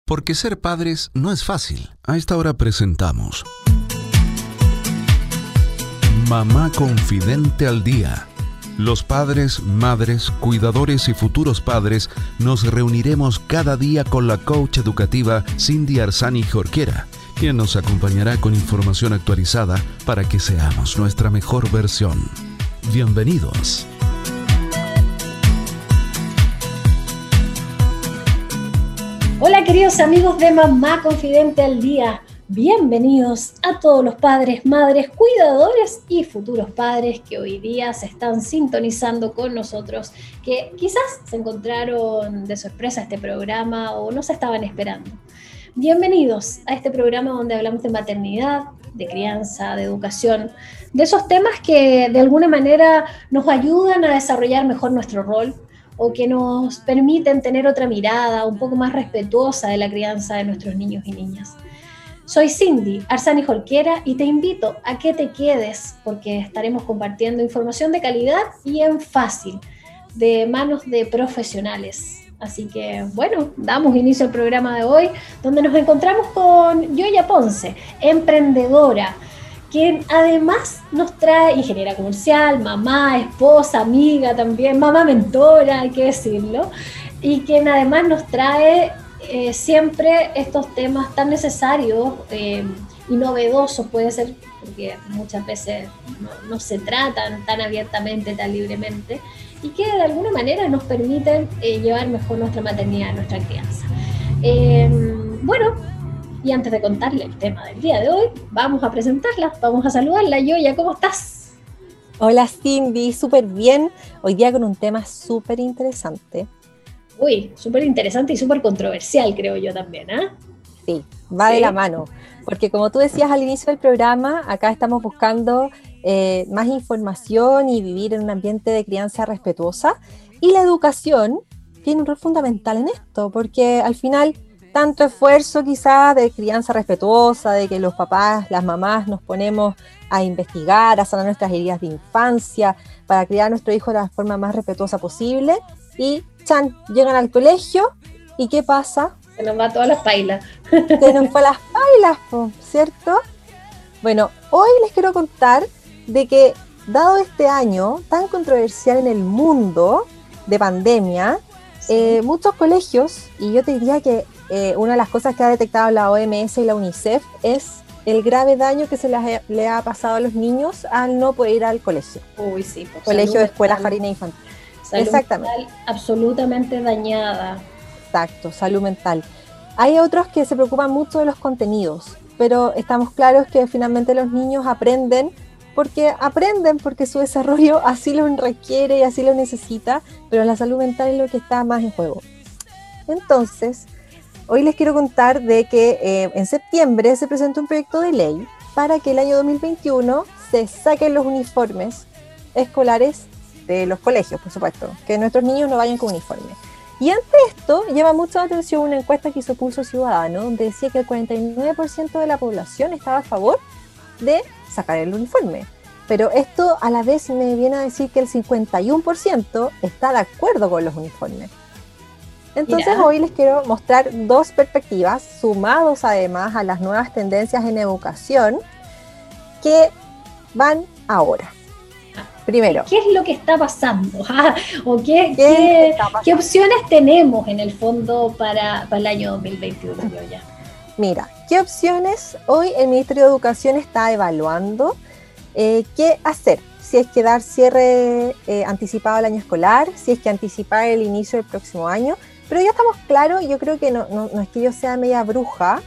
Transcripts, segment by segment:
Porque ser padres no es fácil. A esta hora presentamos Mamá Confidente al Día. Los padres, madres, cuidadores y futuros padres nos reuniremos cada día con la coach educativa Cindy Arzani Jorquera, quien nos acompañará con información actualizada para que seamos nuestra mejor versión. Bienvenidos. Hola queridos amigos de Mamá Confidente al Día, bienvenidos a todos los padres, madres, cuidadores y futuros padres que hoy día se están sintonizando con nosotros, que quizás se encontraron de sorpresa este programa o no se estaban esperando. Bienvenidos a este programa donde hablamos de maternidad, de crianza, de educación, de esos temas que de alguna manera nos ayudan a desarrollar mejor nuestro rol, o que nos permiten tener otra mirada un poco más respetuosa de la crianza de nuestros niños y niñas. Soy Cindy Arzani Jorquera y te invito a que te quedes porque estaremos compartiendo información de calidad y en fácil, de manos de profesionales. Así que, bueno, damos inicio al programa de hoy, donde nos encontramos con Yoya Ponce, emprendedora, quien además nos trae ingeniera comercial, mamá, esposa, amiga también, mamá mentora, hay que decirlo, y quien además nos trae siempre estos temas tan necesarios y novedosos, puede ser, porque muchas veces no se tratan tan abiertamente, tan libremente, y que de alguna manera nos permiten llevar mejor nuestra maternidad, nuestra crianza. Bueno, y antes de contarle el tema del día de hoy, vamos a presentarla, vamos a saludarla. Yoya, ¿cómo estás? Hola Cindy, súper bien. Hoy día con un tema súper interesante. Uy, súper interesante y súper controversial, creo yo también, ¿eh? Sí, va de la mano. Porque como tú decías al inicio del programa, acá estamos buscando más información y vivir en un ambiente de crianza respetuosa. Y la educación tiene un rol fundamental en esto, porque al final tanto esfuerzo quizás de crianza respetuosa, de que los papás, las mamás nos ponemos a investigar, a sanar nuestras heridas de infancia, para criar a nuestro hijo de la forma más respetuosa posible, y llegan al colegio, ¿y qué pasa? Se nos va todas las pailas. Se nos fue las pailas, ¿cierto? Bueno, hoy les quiero contar de que, dado este año tan controversial en el mundo de pandemia, muchos colegios, y yo te diría que una de las cosas que ha detectado la OMS y la UNICEF es el grave daño que le ha pasado a los niños al no poder ir al colegio. Uy, sí. Colegio, escuela, jardín infantil. Salud Exactamente. Mental absolutamente dañada. Exacto, salud mental. Hay otros que se preocupan mucho de los contenidos, pero estamos claros que finalmente los niños aprenden porque su desarrollo así lo requiere y así lo necesita, pero la salud mental es lo que está más en juego. Entonces, hoy les quiero contar de que en septiembre se presentó un proyecto de ley para que el año 2021 se saquen los uniformes escolares de los colegios, por supuesto, que nuestros niños no vayan con uniforme. Y ante esto, llama mucha atención una encuesta que hizo Pulso Ciudadano, donde decía que el 49% de la población estaba a favor de sacar el uniforme. Pero esto a la vez me viene a decir que el 51% está de acuerdo con los uniformes. Entonces hoy les quiero mostrar dos perspectivas, sumados además a las nuevas tendencias en educación que van ahora. Primero, ¿qué es lo que está pasando? ¿O qué opciones tenemos en el fondo para el año 2021? Ya? Mira, ¿qué opciones? Hoy el Ministerio de Educación está evaluando qué hacer. Si es que dar cierre anticipado al año escolar, si es que anticipar el inicio del próximo año. Pero ya estamos claros, yo creo que no es que yo sea media bruja,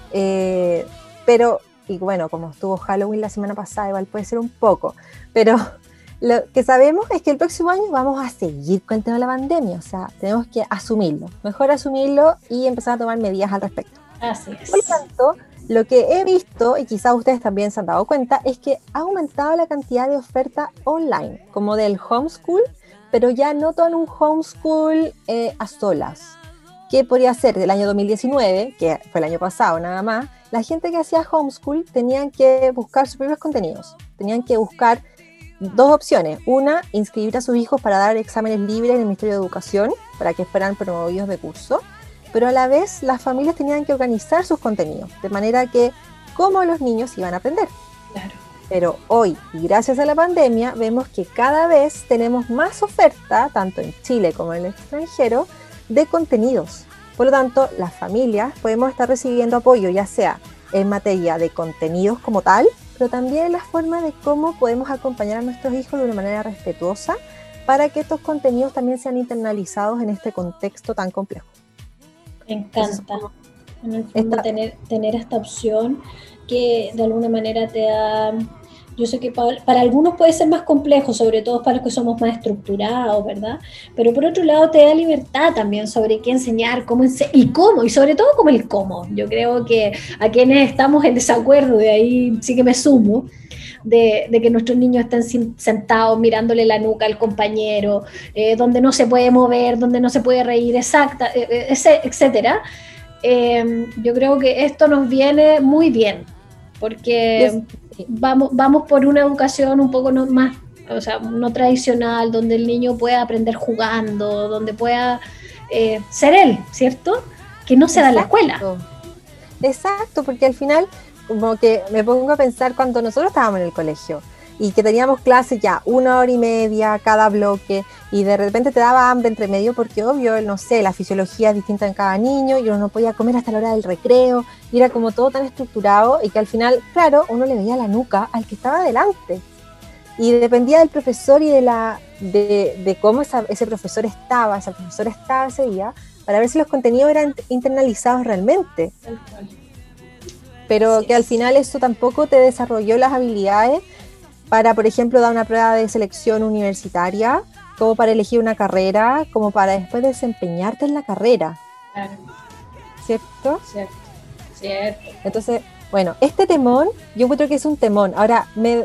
pero, y bueno, como estuvo Halloween la semana pasada, igual puede ser un poco, pero lo que sabemos es que el próximo año vamos a seguir con el tema de la pandemia, o sea, tenemos que asumirlo, mejor asumirlo y empezar a tomar medidas al respecto. Así es. Por lo tanto, lo que he visto, y quizás ustedes también se han dado cuenta, es que ha aumentado la cantidad de oferta online, como del homeschool, pero ya no todo en un homeschool a solas, que podría ser del año 2019, que fue el año pasado nada más. La gente que hacía homeschool tenían que buscar sus propios contenidos, tenían que buscar dos opciones. Una, inscribir a sus hijos para dar exámenes libres en el Ministerio de Educación, para que fueran promovidos de curso. pero a la vez las familias tenían que organizar sus contenidos, de manera que cómo los niños iban a aprender. Claro. Pero hoy, y gracias a la pandemia, vemos que cada vez tenemos más oferta, tanto en Chile como en el extranjero, de contenidos. Por lo tanto, las familias podemos estar recibiendo apoyo, ya sea en materia de contenidos como tal, pero también en la forma de cómo podemos acompañar a nuestros hijos de una manera respetuosa para que estos contenidos también sean internalizados en este contexto tan complejo. Me encanta. En el fondo, tener esta opción que de alguna manera te da... Yo sé que para algunos puede ser más complejo, sobre todo para los que somos más estructurados, ¿verdad? Pero por otro lado te da libertad también sobre qué enseñar, cómo y cómo, y sobre todo como el cómo. Yo creo que a quienes estamos en desacuerdo, de ahí sí que me sumo, de que nuestros niños estén sentados mirándole la nuca al compañero, donde no se puede mover, donde no se puede reír, etcétera. Yo creo que esto nos viene muy bien, porque vamos por una educación un poco más, o sea, no tradicional, donde el niño pueda aprender jugando, donde pueda ser él, ¿cierto? Que no se da en la escuela. Exacto, porque al final, como que me pongo a pensar cuando nosotros estábamos en el colegio y que teníamos clases ya 1 hora y media cada bloque y de repente te daba hambre entre medio porque obvio, no sé, la fisiología es distinta en cada niño y uno no podía comer hasta la hora del recreo y era como todo tan estructurado y que al final, claro, uno le veía la nuca al que estaba delante y dependía del profesor y de cómo ese profesor estaba, esa profesora estaba ese día para ver si los contenidos eran internalizados realmente. Pero que al final eso tampoco te desarrolló las habilidades para, por ejemplo, dar una prueba de selección universitaria, como para elegir una carrera, como para después desempeñarte en la carrera. Claro. ¿Cierto? Cierto. Entonces, bueno, este temón, yo encuentro que es un temón. Ahora, mi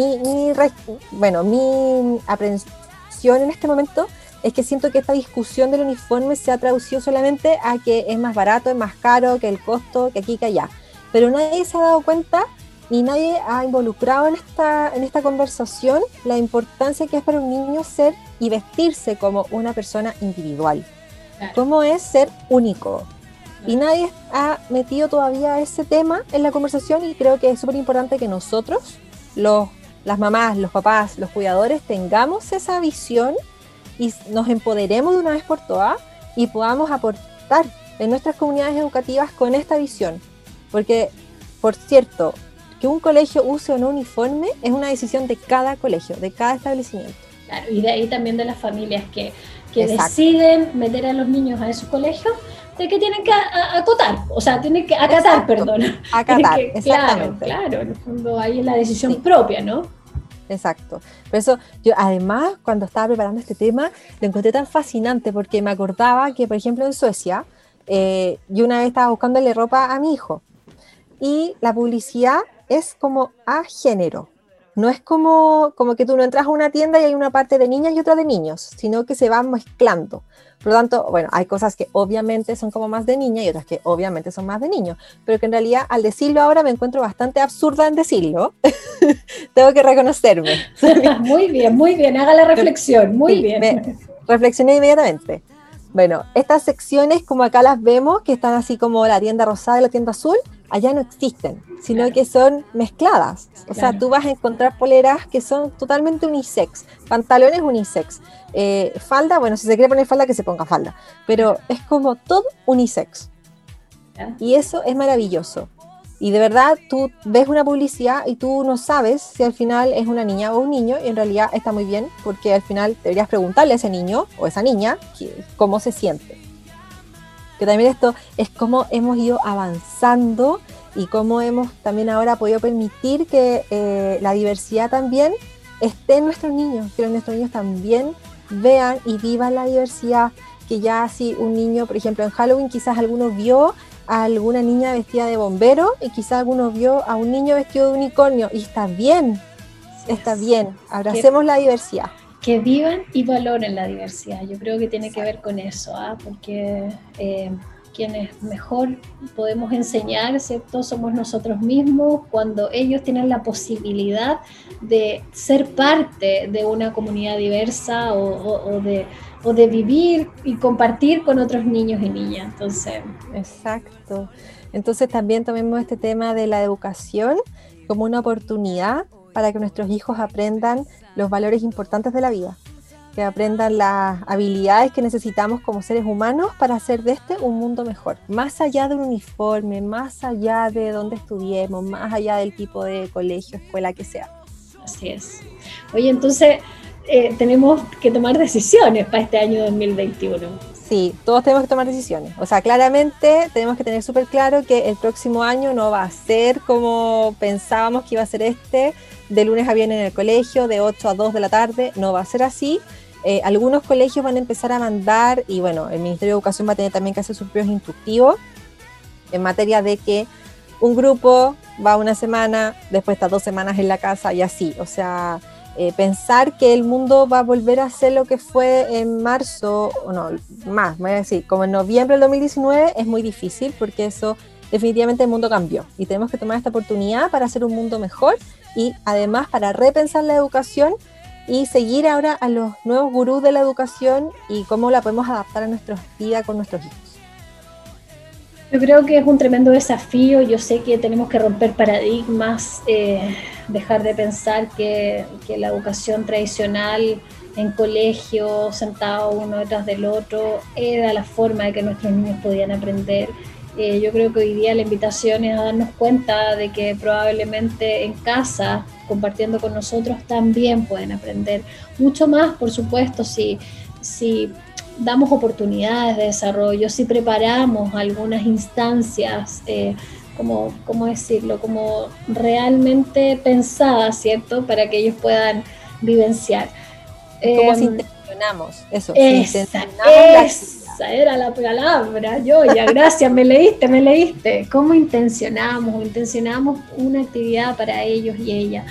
aprehensión en este momento es que siento que esta discusión del uniforme se ha traducido solamente a que es más barato, es más caro, que el costo, que aquí, que allá. Pero nadie se ha dado cuenta ni nadie ha involucrado en esta conversación la importancia que es para un niño ser y vestirse como una persona individual. Claro. Cómo es ser único. Y nadie ha metido todavía ese tema en la conversación y creo que es súper importante que nosotros, las mamás, los papás, los cuidadores, tengamos esa visión y nos empoderemos de una vez por todas y podamos aportar en nuestras comunidades educativas con esta visión. Porque, por cierto, que un colegio use o no uniforme es una decisión de cada colegio, de cada establecimiento. Claro, y de ahí también de las familias que deciden meter a los niños a esos colegios, de que tienen que acotar, o sea, tienen que acatar, perdón. Acatar, exactamente. Claro, en el fondo ahí es la decisión propia, ¿no? Exacto. Por eso yo además cuando estaba preparando este tema lo encontré tan fascinante porque me acordaba que por ejemplo en Suecia yo una vez estaba buscándole ropa a mi hijo y la publicidad es como a género. No es como que tú no entras a una tienda y hay una parte de niñas y otra de niños, sino que se van mezclando. Por lo tanto, bueno, hay cosas que obviamente son como más de niña y otras que obviamente son más de niños, pero que en realidad al decirlo ahora me encuentro bastante absurda en decirlo. Tengo que reconocerme. Muy bien, haga la reflexión, muy bien. Reflexioné inmediatamente. Bueno, estas secciones como acá las vemos, que están así como la tienda rosada y la tienda azul, allá no existen, sino que son mezcladas. O sea, tú vas a encontrar poleras que son totalmente unisex, pantalones unisex, falda, bueno, si se quiere poner falda, que se ponga falda, pero es como todo unisex. Y eso es maravilloso. Y de verdad, tú ves una publicidad y tú no sabes si al final es una niña o un niño, y en realidad está muy bien, porque al final deberías preguntarle a ese niño o esa niña cómo se siente. Que también esto es cómo hemos ido avanzando y cómo hemos también ahora podido permitir que la diversidad también esté en nuestros niños, que nuestros niños también vean y vivan la diversidad, que ya si un niño, por ejemplo en Halloween quizás alguno vio a alguna niña vestida de bombero y quizás alguno vio a un niño vestido de unicornio y está bien, abracemos la diversidad. Que vivan y valoren la diversidad. Yo creo que tiene que ver con eso, porque quienes mejor podemos enseñar, ¿cierto? Somos nosotros mismos cuando ellos tienen la posibilidad de ser parte de una comunidad diversa o de o de vivir y compartir con otros niños y niñas. Entonces, exacto. Entonces también tomemos este tema de la educación como una oportunidad para que nuestros hijos aprendan los valores importantes de la vida, que aprendan las habilidades que necesitamos como seres humanos para hacer de este un mundo mejor, más allá de un uniforme, más allá de dónde estudiemos, más allá del tipo de colegio, escuela que sea. Así es. Oye, entonces tenemos que tomar decisiones para este año 2021. Sí, todos tenemos que tomar decisiones. O sea, claramente tenemos que tener súper claro que el próximo año no va a ser como pensábamos que iba a ser de lunes a viernes en el colegio, de 8 a 2 de la tarde, no va a ser así. Algunos colegios van a empezar a mandar, y bueno, el Ministerio de Educación va a tener también que hacer sus propios instructivos en materia de que un grupo va una semana, después está 2 semanas en la casa y así. O sea, pensar que el mundo va a volver a ser lo que fue en marzo, o no, más, voy a decir, como en noviembre del 2019, es muy difícil porque eso, definitivamente el mundo cambió y tenemos que tomar esta oportunidad para hacer un mundo mejor y además para repensar la educación y seguir ahora a los nuevos gurús de la educación y cómo la podemos adaptar a nuestra vida con nuestros hijos. Yo creo que es un tremendo desafío. Yo sé que tenemos que romper paradigmas, dejar de pensar que la educación tradicional en colegio, sentado uno detrás del otro, era la forma de que nuestros niños podían aprender. Yo creo que hoy día la invitación es a darnos cuenta de que probablemente en casa, compartiendo con nosotros, también pueden aprender mucho más, por supuesto, si damos oportunidades de desarrollo, si preparamos algunas instancias, ¿cómo decirlo? Como realmente pensadas, ¿cierto? Para que ellos puedan vivenciar. ¿Cómo si intencionamos eso? Esa era la palabra, Yoya, gracias, me leíste. ¿Cómo intencionamos? Intencionamos una actividad para ellos y ella.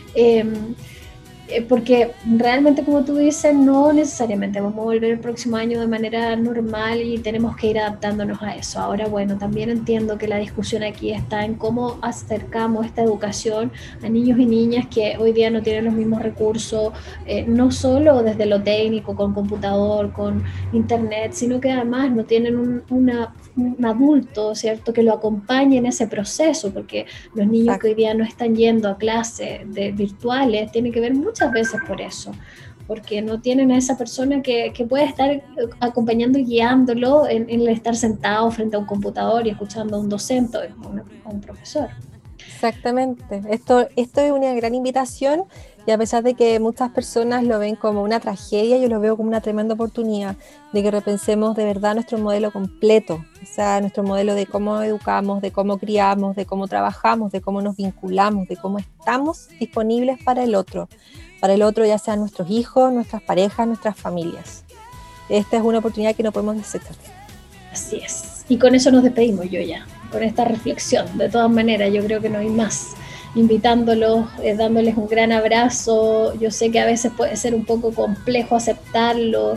Porque realmente, como tú dices, no necesariamente vamos a volver el próximo año de manera normal y tenemos que ir adaptándonos a eso. Ahora, bueno, también entiendo que la discusión aquí está en cómo acercamos esta educación a niños y niñas que hoy día no tienen los mismos recursos, no solo desde lo técnico, con computador, con internet, sino que además no tienen un adulto, ¿cierto?, que lo acompañe en ese proceso, porque los niños que hoy día no están yendo a clases virtuales tienen que ver muchas veces por eso, porque no tienen a esa persona que puede estar acompañando y guiándolo en el estar sentado frente a un computador y escuchando a un docente o a un profesor. Exactamente, esto es una gran invitación y a pesar de que muchas personas lo ven como una tragedia, yo lo veo como una tremenda oportunidad de que repensemos de verdad nuestro modelo completo, o sea, nuestro modelo de cómo educamos, de cómo criamos, de cómo trabajamos, de cómo nos vinculamos, de cómo estamos disponibles para el otro ya sean nuestros hijos, nuestras parejas, nuestras familias. Esta es una oportunidad que no podemos desechar. Así es, y con eso nos despedimos, Yoya, con esta reflexión. De todas maneras, yo creo que no hay más. Invitándolos, dándoles un gran abrazo. Yo sé que a veces puede ser un poco complejo aceptarlo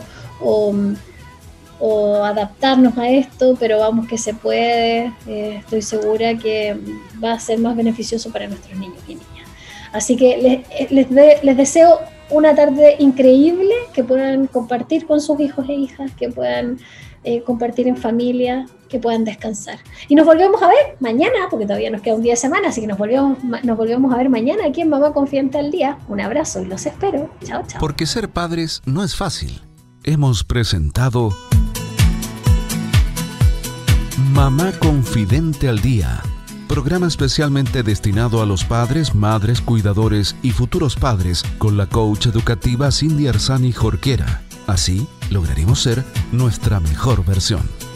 o adaptarnos a esto, pero vamos que se puede. Estoy segura que va a ser más beneficioso para nuestros niños y niñas. Así que les deseo una tarde increíble, que puedan compartir con sus hijos e hijas, que puedan compartir en familia, que puedan descansar. Y nos volvemos a ver mañana, porque todavía nos queda un día de semana, así que nos volvemos a ver mañana aquí en Mamá Confidente al Día. Un abrazo y los espero. Chao, chao. Porque ser padres no es fácil. Hemos presentado Mamá Confidente al Día, programa especialmente destinado a los padres, madres, cuidadores y futuros padres, con la coach educativa Cindy Arzani Jorquera. Así lograremos ser nuestra mejor versión.